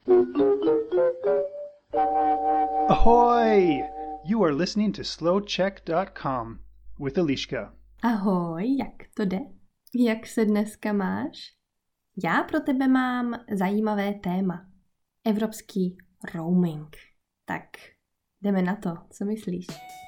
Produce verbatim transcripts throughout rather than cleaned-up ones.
Ahoy! You are listening to slow check dot com with Eliška. Ahoj, jak to jde? Jak se dneska máš? Já pro tebe mám zajímavé téma. Evropský roaming. Tak jdeme na to, co myslíš?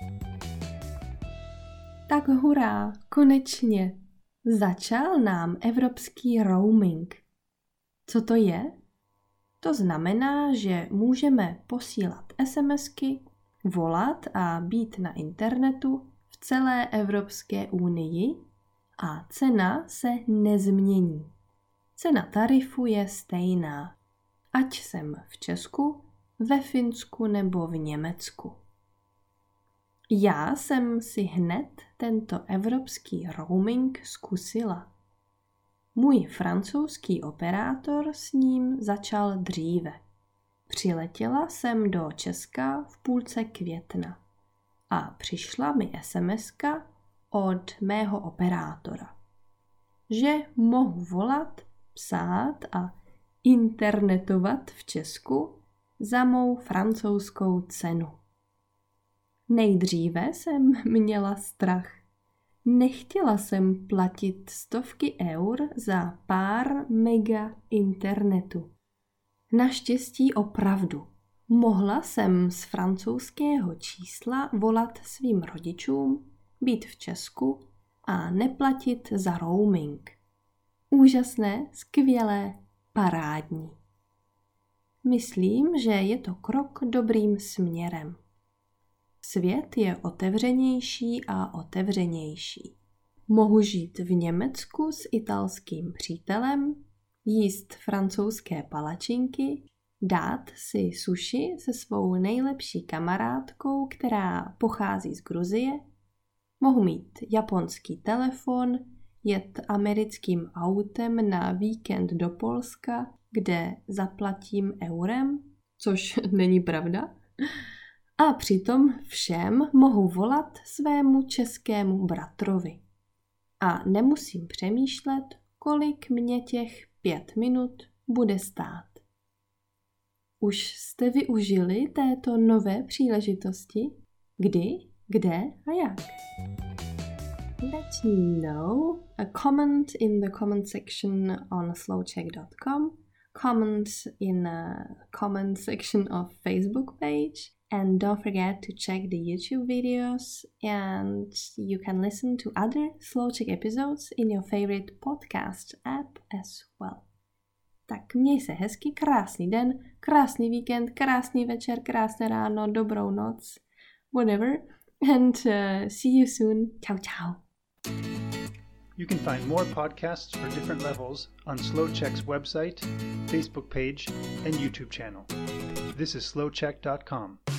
Tak hurá, konečně. Začal nám evropský roaming. Co to je? To znamená, že můžeme posílat SMSky, volat a být na internetu v celé Evropské unii a cena se nezmění. Cena tarifu je stejná, ať jsem v Česku, ve Finsku nebo v Německu. Já jsem si hned tento evropský roaming zkusila. Můj francouzský operátor s ním začal dříve. Přiletěla jsem do Česka v půlce května a přišla mi SMSka od mého operátora, že mohu volat, psát a internetovat v Česku za mou francouzskou cenu. Nejdříve jsem měla strach. Nechtěla jsem platit stovky eur za pár mega internetu. Naštěstí opravdu. Mohla jsem z francouzského čísla volat svým rodičům, být v Česku a neplatit za roaming. Úžasné, skvělé, parádní. Myslím, že je to krok dobrým směrem. Svět je otevřenější a otevřenější. Mohu žít v Německu s italským přítelem, jíst francouzské palačinky, dát si sushi se svou nejlepší kamarádkou, která pochází z Gruzie, mohu mít japonský telefon, jet americkým autem na víkend do Polska, kde zaplatím eurem, což není pravda. A přitom všem mohu volat svému českému bratrovi. A nemusím přemýšlet, kolik mě těch pět minut bude stát. Už jste využili této nové příležitosti? Kdy, kde a jak? Let me know. A comment in the comment section on slow check dot com. Comment in the comment section of Facebook page. And don't forget to check the YouTube videos, and you can listen to other Slow Check episodes in your favorite podcast app as well. Tak měj se hezky, krásný den, krásný víkend, krásný večer, krásné ráno, dobrou noc, whatever, and uh, see you soon. Ciao, ciao. You can find more podcasts for different levels on SlowCheck's website, Facebook page, and YouTube channel. This is slow check dot com.